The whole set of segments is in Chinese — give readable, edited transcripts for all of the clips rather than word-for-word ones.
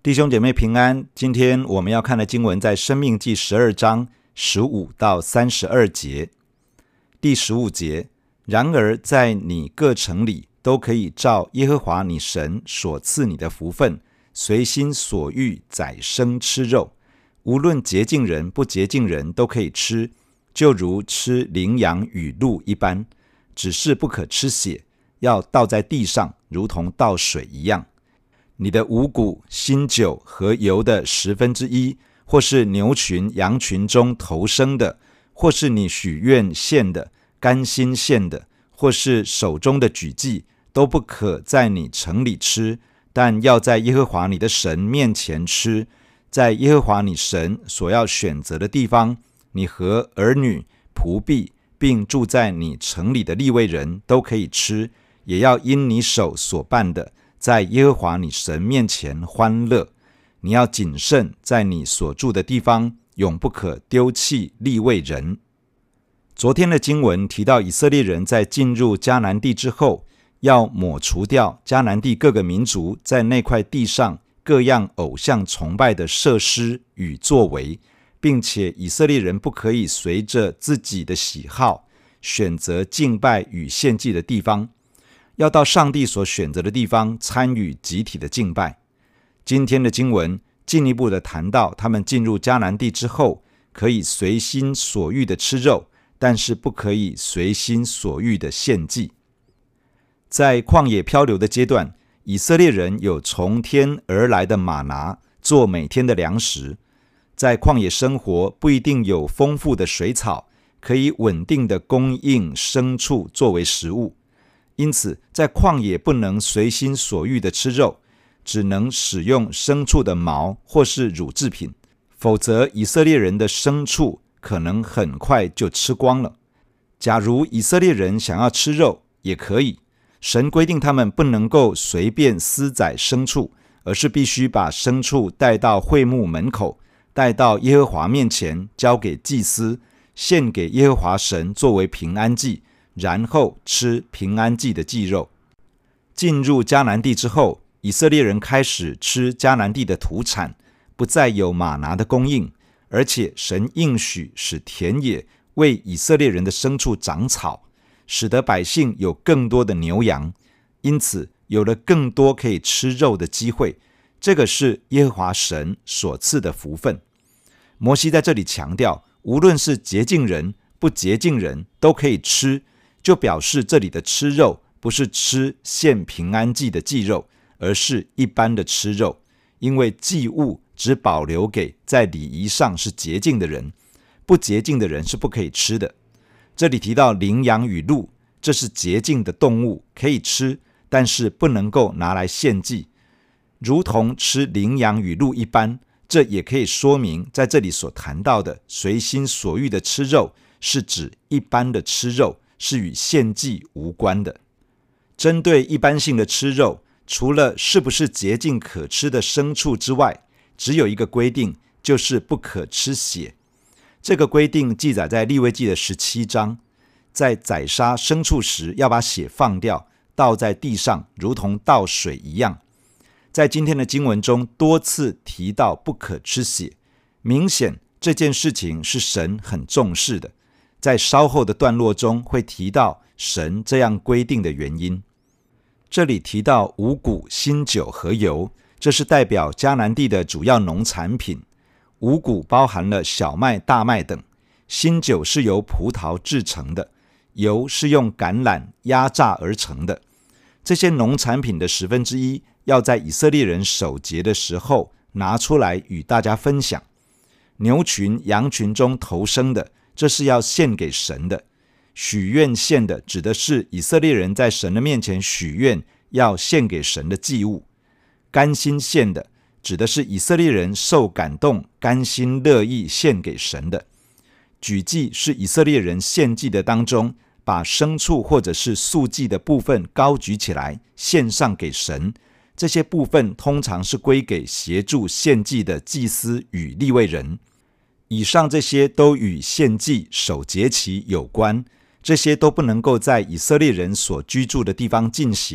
弟兄姐妹平安，今天我们要看的经文在申命记12章15到32节。第15节，然而在你各城里都可以照耶和华你神所赐你的福分，随心所欲宰牲吃肉，无论洁净人不洁净人都可以吃，就如吃羚羊与鹿一般，只是不可吃血，要倒在地上，如同倒水一样。你的五谷、新酒和油的1/10，或是牛群、羊群中头生的，或是你许愿献的、甘心献的，或是手中的举祭，都不可在你城里吃，但要在耶和华你的神面前吃。在耶和华你神所要选择的地方，你和儿女、仆婢，并住在你城里的利未人都可以吃，也要因你手所办的，在耶和华你神面前欢乐。你要谨慎，在你所住的地方，永不可丢弃利未人。昨天的经文提到，以色列人在进入迦南地之后，要抹除掉迦南地各个民族在那块地上各样偶像崇拜的设施与作为，并且以色列人不可以随着自己的喜好选择敬拜与献祭的地方，要到上帝所选择的地方参与集体的敬拜。今天的经文进一步的谈到，他们进入迦南地之后，可以随心所欲的吃肉，但是不可以随心所欲的献祭。在旷野漂流的阶段，以色列人有从天而来的玛拿做每天的粮食。在旷野生活，不一定有丰富的水草，可以稳定的供应牲畜作为食物。因此，在旷野不能随心所欲的吃肉，只能使用牲畜的毛或是乳制品，否则以色列人的牲畜可能很快就吃光了。假如以色列人想要吃肉，也可以，神规定他们不能够随便私宰牲畜，而是必须把牲畜带到会幕门口，带到耶和华面前，交给祭司，献给耶和华神作为平安祭，然后吃平安祭的祭肉。进入迦南地之后，以色列人开始吃迦南地的土产，不再有玛拿的供应，而且神应许使田野为以色列人的牲畜长草，使得百姓有更多的牛羊，因此有了更多可以吃肉的机会。这个是耶和华神所赐的福分。摩西在这里强调，无论是洁净人不洁净人都可以吃，就表示这里的吃肉不是吃献平安祭的祭肉，而是一般的吃肉，因为祭物只保留给在礼仪上是洁净的人，不洁净的人是不可以吃的。这里提到羚羊与鹿，这是洁净的动物，可以吃，但是不能够拿来献祭，如同吃羚羊与鹿一般。这也可以说明，在这里所谈到的随心所欲的吃肉，是指一般的吃肉，是与献祭无关的。针对一般性的吃肉，除了是不是洁净可吃的牲畜之外，只有一个规定，就是不可吃血。这个规定记载在利未记的17章，在宰杀牲畜时要把血放掉，倒在地上，如同倒水一样。在今天的经文中多次提到不可吃血，明显这件事情是神很重视的。在稍后的段落中会提到神这样规定的原因。这里提到五谷、新酒和油，这是代表迦南地的主要农产品。五谷包含了小麦、大麦等，新酒是由葡萄制成的，油是用橄榄压榨而成的。这些农产品的1/10要在以色列人守节的时候拿出来与大家分享。牛群、羊群中头生的，这是要献给神的。许愿献的指的是以色列人在神的面前许愿要献给神的祭物。甘心献的指的是以色列人受感动，甘心乐意献给神的。举祭是以色列人献祭的当中，把牲畜或者是素祭的部分高举起来献上给神，这些部分通常是归给协助献祭的祭司与利未人。以上这些都与献祭、守节期有关，这些都不能够在以色列人所居住的地方进行，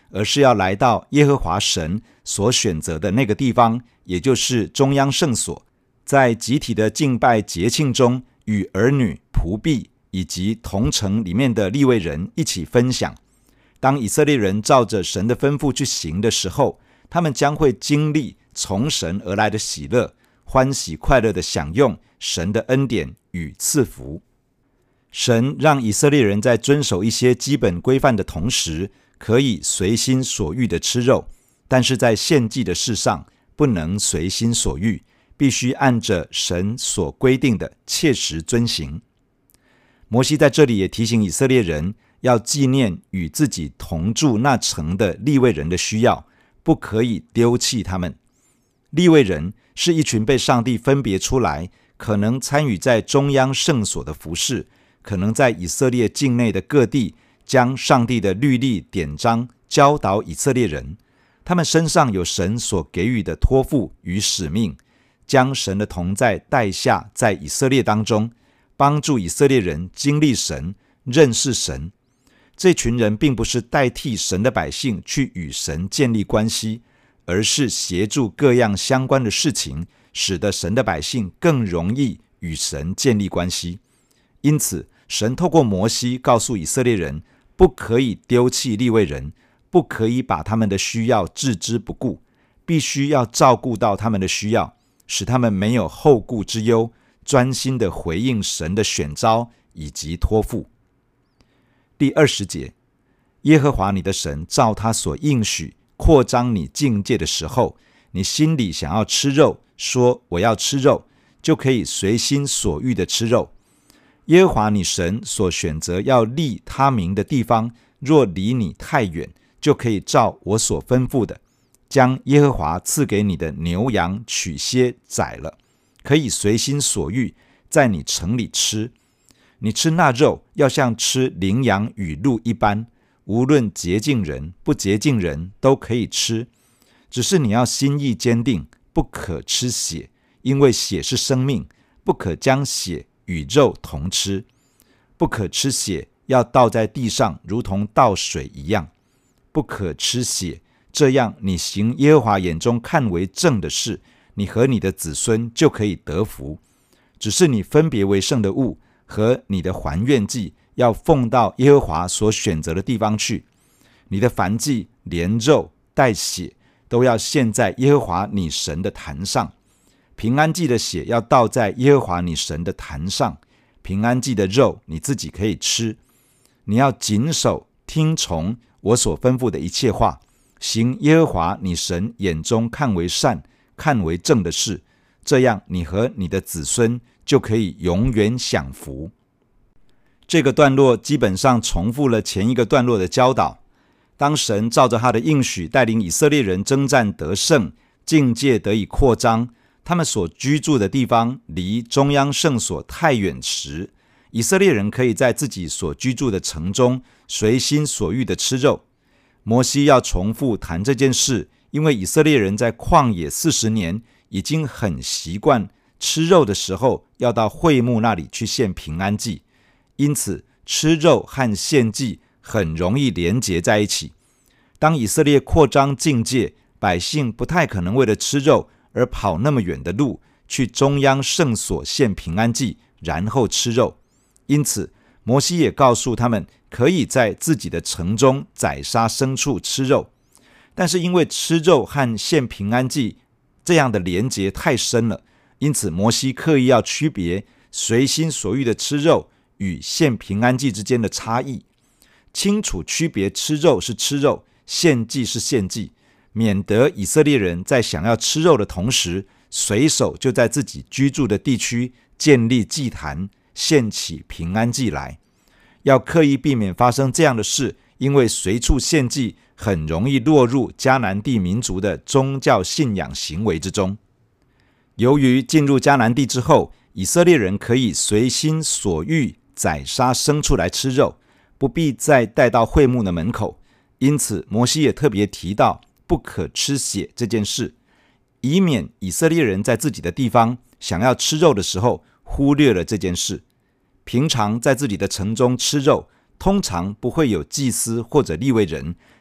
而是要来到耶和华神所选择的那个地方，也就是中央圣所，在集体的敬拜节庆中，与儿女、仆婢以及同城里面的利未人一起分享。当以色列人照着神的吩咐去行的时候，他们将会经历从神而来的喜乐，欢喜快乐的享用神的恩典与赐福。神让以色列人在遵守一些基本规范的同时，可以随心所欲的吃肉，但是在献祭的事上不能随心所欲，必须按着神所规定的切实遵行。摩西在这里也提醒以色列人，要纪念与自己同住那城的利未人的需要，不可以丢弃他们。利未人是一群被上帝分别出来，可能参与在中央圣所的服事，可能在以色列境内的各地将上帝的律例典章教导以色列人。他们身上有神所给予的托付与使命，将神的同在带下在以色列当中，帮助以色列人经历神、认识神。这群人并不是代替神的百姓去与神建立关系，而是协助各样相关的事情，使得神的百姓更容易与神建立关系。因此，神透过摩西告诉以色列人，不可以丢弃利未人，不可以把他们的需要置之不顾，必须要照顾到他们的需要，使他们没有后顾之忧，专心的回应神的选召以及托付。第20节，耶和华你的神照他所应许扩张你境界的时候，你心里想要吃肉，说我要吃肉，就可以随心所欲的吃肉。耶和华你神所选择要立他名的地方，若离你太远，就可以照我所吩咐的，将耶和华赐给你的牛羊取些宰了，可以随心所欲在你城里吃。你吃那肉，要像吃羚羊与鹿一般，无论洁净人不洁净人都可以吃，只是你要心意坚定，不可吃血，因为血是生命，不可将血与肉同吃。不可吃血，要倒在地上，如同倒水一样。不可吃血，这样你行耶和华眼中看为正的事，你和你的子孙就可以得福。只是你分别为圣的物和你的还愿祭，要奉到耶和华所选择的地方去。你的燔祭连肉带血，都要献在耶和华你神的坛上。平安祭的血要倒在耶和华你神的坛上，平安祭的肉你自己可以吃。你要谨守听从我所吩咐的一切话，行耶和华你神眼中看为善、看为正的事，这样你和你的子孙就可以永远享福。这个段落基本上重复了前一个段落的教导。当神照着他的应许带领以色列人征战得胜，境界得以扩张，他们所居住的地方离中央圣所太远时，以色列人可以在自己所居住的城中随心所欲的吃肉。摩西要重复谈这件事，因为以色列人在旷野40年已经很习惯吃肉的时候要到会幕那里去献平安祭，因此吃肉和献祭很容易连结在一起。当以色列扩张境界，百姓不太可能为了吃肉而跑那么远的路去中央圣所献平安祭，然后吃肉。因此摩西也告诉他们，可以在自己的城中宰杀牲畜吃肉。但是因为吃肉和献平安祭这样的连结太深了，因此摩西刻意要区别随心所欲的吃肉与献平安祭之间的差异，清楚区别吃肉是吃肉，献祭是献祭，免得以色列人在想要吃肉的同时，随手就在自己居住的地区建立祭坛，献起平安祭来。要刻意避免发生这样的事，因为随处献祭很容易落入迦南地民族的宗教信仰行为之中。由于进入迦南地之后，以色列人可以随心所欲宰杀牲畜来吃肉，不必再带到会幕的门口，因此摩西也特别提到不可吃血这件事，以免以色列人在自己的地方想要吃肉的时候忽略了这件事。平常在自己的城中吃肉，通常不会有祭司或者利未人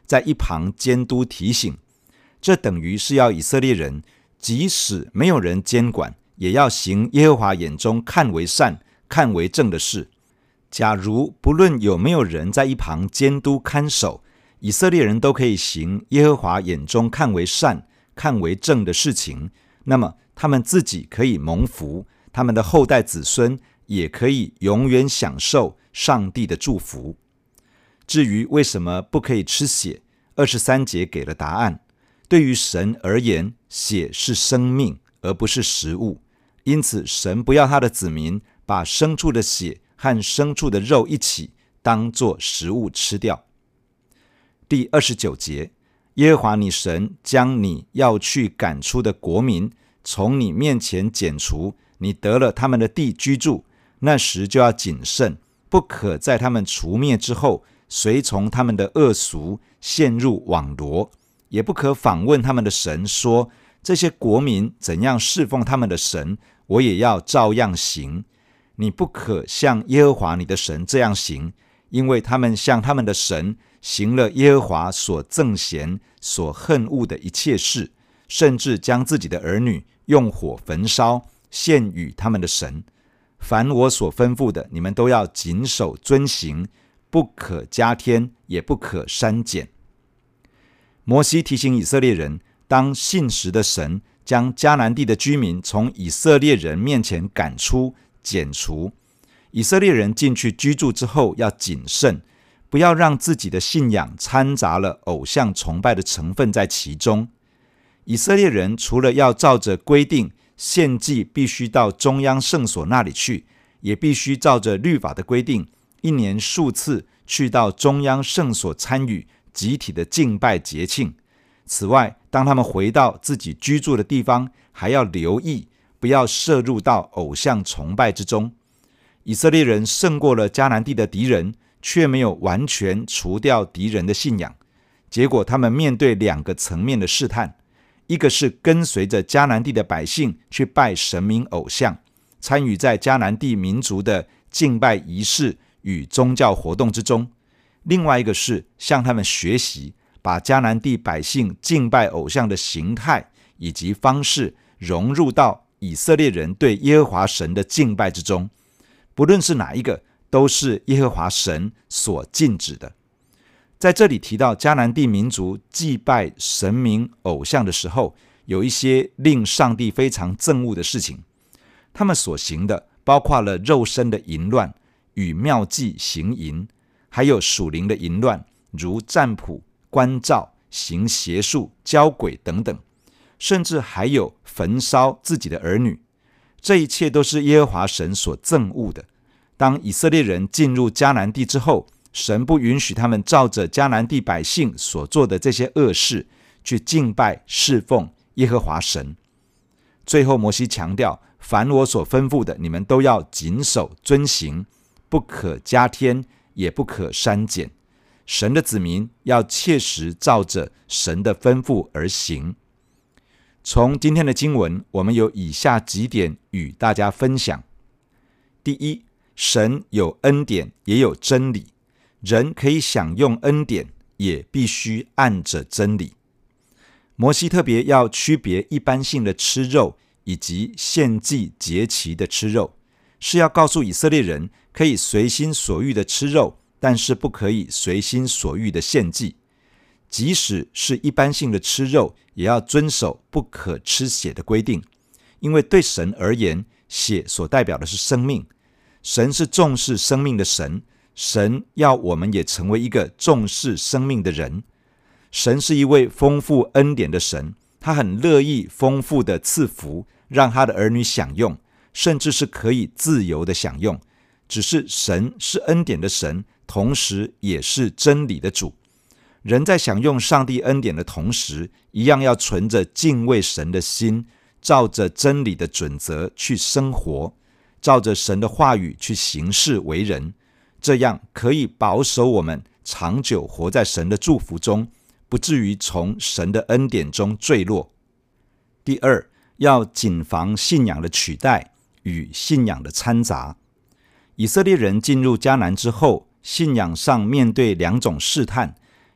在一旁监督提醒。这等于是要以色列人即使没有人监管，也要行耶和华眼中看为善、看为正的事。假如不论有没有人在一旁监督看守，以色列人都可以行耶和华眼中看为善、看为正的事情，那么他们自己可以蒙福，他们的后代子孙也可以永远享受上帝的祝福。至于为什么不可以吃血，23节给了答案。对于神而言，血是生命，而不是食物，因此神不要他的子民把牲畜的血和牲畜的肉一起当作食物吃掉。第29节，耶和华你神将你要去赶出的国民从你面前剪除，你得了他们的地居住，那时就要谨慎，不可在他们除灭之后随从他们的恶俗，陷入网罗，也不可访问他们的神，说这些国民怎样侍奉他们的神，我也要照样行。你不可像耶和华你的神这样行，因为他们向他们的神行了耶和华所憎嫌、所恨恶的一切事，甚至将自己的儿女用火焚烧，献与他们的神。凡我所吩咐的，你们都要谨守遵行，不可加添，也不可删减。摩西提醒以色列人，当信实的神将迦南地的居民从以色列人面前赶出、剪除，以色列人进去居住之后要谨慎，不要让自己的信仰掺杂了偶像崇拜的成分在其中。以色列人除了要照着规定献祭必须到中央圣所那里去，也必须照着律法的规定一年数次去到中央圣所参与集体的敬拜节庆。此外，当他们回到自己居住的地方，还要留意不要涉入到偶像崇拜之中。以色列人胜过了迦南地的敌人，却没有完全除掉敌人的信仰。结果他们面对2个层面的试探，一个是跟随着迦南地的百姓去拜神明偶像，参与在迦南地民族的敬拜仪式与宗教活动之中；另外一个是向他们学习，把迦南地百姓敬拜偶像的形态以及方式融入到以色列人对耶和华神的敬拜之中。不论是哪一个，都是耶和华神所禁止的。在这里提到迦南地民族祭拜神明偶像的时候，有一些令上帝非常憎恶的事情。他们所行的包括了肉身的淫乱，与庙妓行淫，还有属灵的淫乱，如占卜、观照、行邪术、交鬼等等，甚至还有焚烧自己的儿女。这一切都是耶和华神所憎恶的。当以色列人进入迦南地之后，神不允许他们照着迦南地百姓所做的这些恶事去敬拜侍奉耶和华神。最后摩西强调，凡我所吩咐的，你们都要谨守遵行，不可加添，也不可删减。神的子民要切实照着神的吩咐而行。从今天的经文，我们有以下几点与大家分享。第一，神有恩典，也有真理。人可以享用恩典，也必须按着真理。摩西特别要区别一般性的吃肉以及献祭节期的吃肉，是要告诉以色列人可以随心所欲的吃肉，但是不可以随心所欲的献祭。即使是一般性的吃肉，也要遵守不可吃血的规定，因为对神而言，血所代表的是生命。神是重视生命的神，神要我们也成为一个重视生命的人。神是一位丰富恩典的神，他很乐意丰富的赐福，让他的儿女享用，甚至是可以自由的享用。只是神是恩典的神，同时也是真理的主。人在享用上帝恩典的同时，一样要存着敬畏神的心，照着真理的准则去生活，照着神的话语去行事为人，这样可以保守我们长久活在神的祝福中，不至于从神的恩典中坠落。第二，要谨防信仰的取代与信仰的掺杂。以色列人进入迦南之后，信仰上面对2种试探，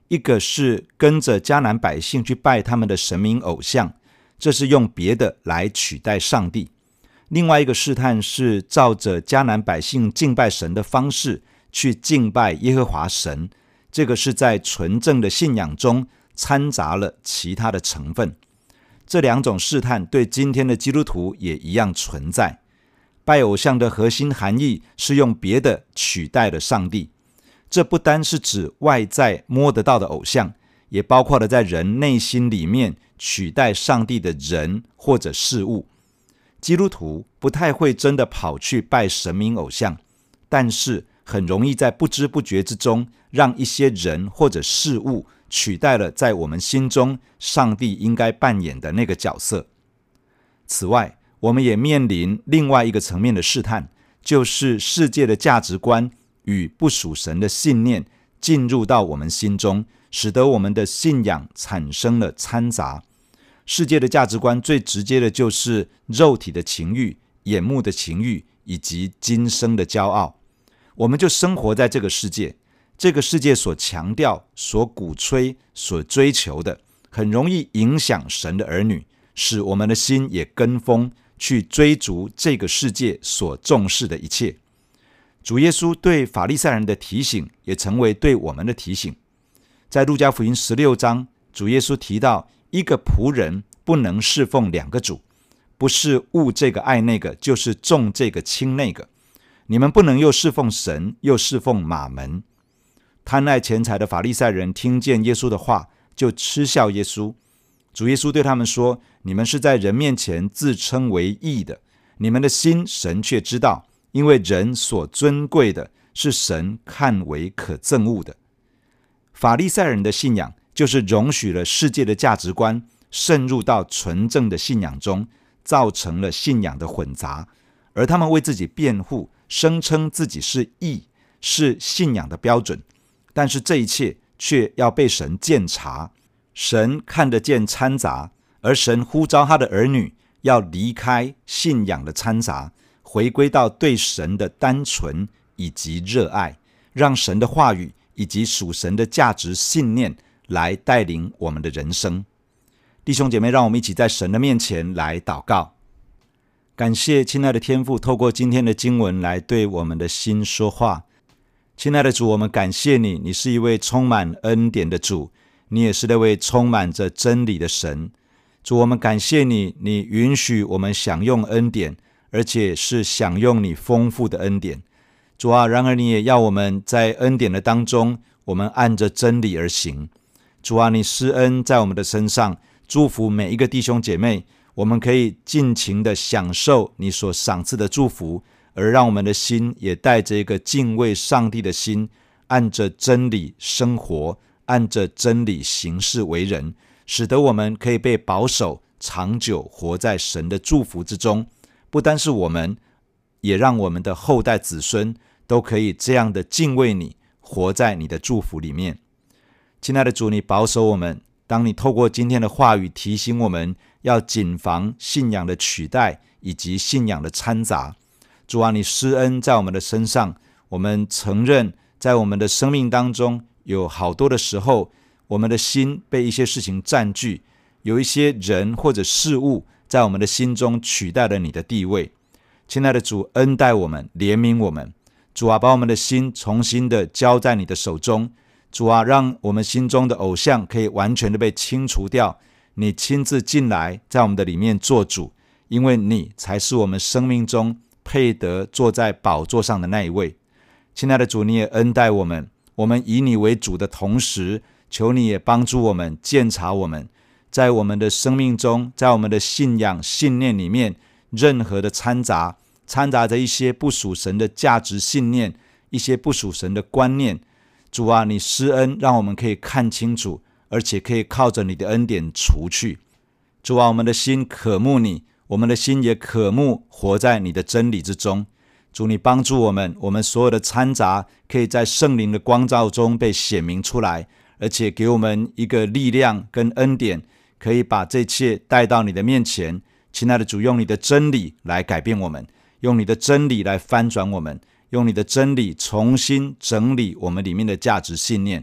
一个是跟着迦南百姓去拜他们的神明偶像，这是用别的来取代上帝；另外一个试探是照着迦南百姓敬拜神的方式去敬拜耶和华神，这个是在纯正的信仰中掺杂了其他的成分。这两种试探对今天的基督徒也一样存在。拜偶像的核心含义是用别的取代了上帝，这不单是指外在摸得到的偶像，也包括了在人内心里面取代上帝的人或者事物。基督徒不太会真的跑去拜神明偶像，但是很容易在不知不觉之中，让一些人或者事物取代了在我们心中上帝应该扮演的那个角色。此外，我们也面临另外一个层面的试探，就是世界的价值观与不属神的信念进入到我们心中，使得我们的信仰产生了掺杂。世界的价值观最直接的就是肉体的情欲、眼目的情欲以及今生的骄傲。我们就生活在这个世界，这个世界所强调、所鼓吹、所追求的，很容易影响神的儿女，使我们的心也跟风去追逐这个世界所重视的一切。主耶稣对法利赛人的提醒，也成为对我们的提醒。在路加福音16章，主耶稣提到，一个仆人不能侍奉两个主，不是恶这个爱那个，就是重这个轻那个。你们不能又侍奉神，又侍奉马门。贪爱钱财的法利赛人听见耶稣的话，就嗤笑耶稣。主耶稣对他们说，你们是在人面前自称为义的，你们的心神却知道，因为人所尊贵的是神看为可憎恶的。法利赛人的信仰就是容许了世界的价值观渗入到纯正的信仰中，造成了信仰的混杂，而他们为自己辩护，声称自己是义，是信仰的标准，但是这一切却要被神鉴察。神看得见掺杂，而神呼召他的儿女要离开信仰的掺杂，回归到对神的单纯以及热爱，让神的话语以及属神的价值信念来带领我们的人生。弟兄姐妹，让我们一起在神的面前来祷告。感谢亲爱的天父，透过今天的经文来对我们的心说话。亲爱的主，我们感谢你，你是一位充满恩典的主，你也是那位充满着真理的神。主，我们感谢你，你允许我们享用恩典，而且是享用你丰富的恩典。主啊，然而你也要我们在恩典的当中，我们按着真理而行。主啊，你施恩在我们的身上，祝福每一个弟兄姐妹，我们可以尽情的享受你所赏赐的祝福，而让我们的心也带着一个敬畏上帝的心，按着真理生活，按着真理行事为人，使得我们可以被保守，长久活在神的祝福之中。不单是我们，也让我们的后代子孙都可以这样的敬畏你，活在你的祝福里面。亲爱的主，你保守我们，当你透过今天的话语提醒我们要谨防信仰的取代以及信仰的掺杂。主啊，你施恩在我们的身上，我们承认在我们的生命当中有好多的时候，我们的心被一些事情占据，有一些人或者事物在我们的心中取代了你的地位。亲爱的主，恩待我们，怜悯我们。主啊，把我们的心重新的交在你的手中。主啊，让我们心中的偶像可以完全的被清除掉，你亲自进来，在我们的里面做主，因为你才是我们生命中配得坐在宝座上的那一位。亲爱的主，你也恩待我们，我们以你为主的同时，求你也帮助我们，鉴察我们，在我们的生命中，在我们的信仰信念里面，任何的掺杂着一些不属神的价值信念，一些不属神的观念。主啊，你施恩，让我们可以看清楚，而且可以靠着你的恩典除去。主啊，我们的心渴慕你，我们的心也渴慕活在你的真理之中。主，你帮助我们，我们所有的掺杂可以在圣灵的光照中被显明出来，而且给我们一个力量跟恩典，可以把这一切带到你的面前。亲爱的主，用你的真理来改变我们，用你的真理来翻转我们，用你的真理重新整理我们里面的价值信念，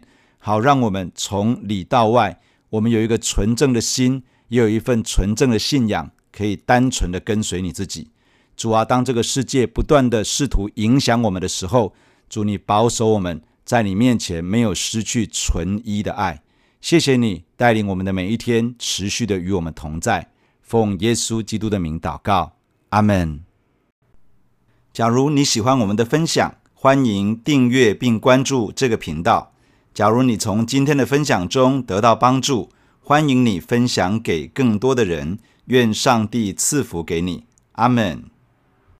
好让我们从里到外，我们有一个纯正的心，也有一份纯正的信仰，可以单纯的跟随你自己。主啊，当这个世界不断的试图影响我们的时候，主你保守我们在你面前没有失去纯一的爱。谢谢你带领我们的每一天持续的与我们同在，奉耶稣基督的名祷告，阿们。假如你喜欢我们的分享，欢迎订阅并关注这个频道。假如你从今天的分享中得到帮助，欢迎你分享给更多的人，愿上帝赐福给你，阿们。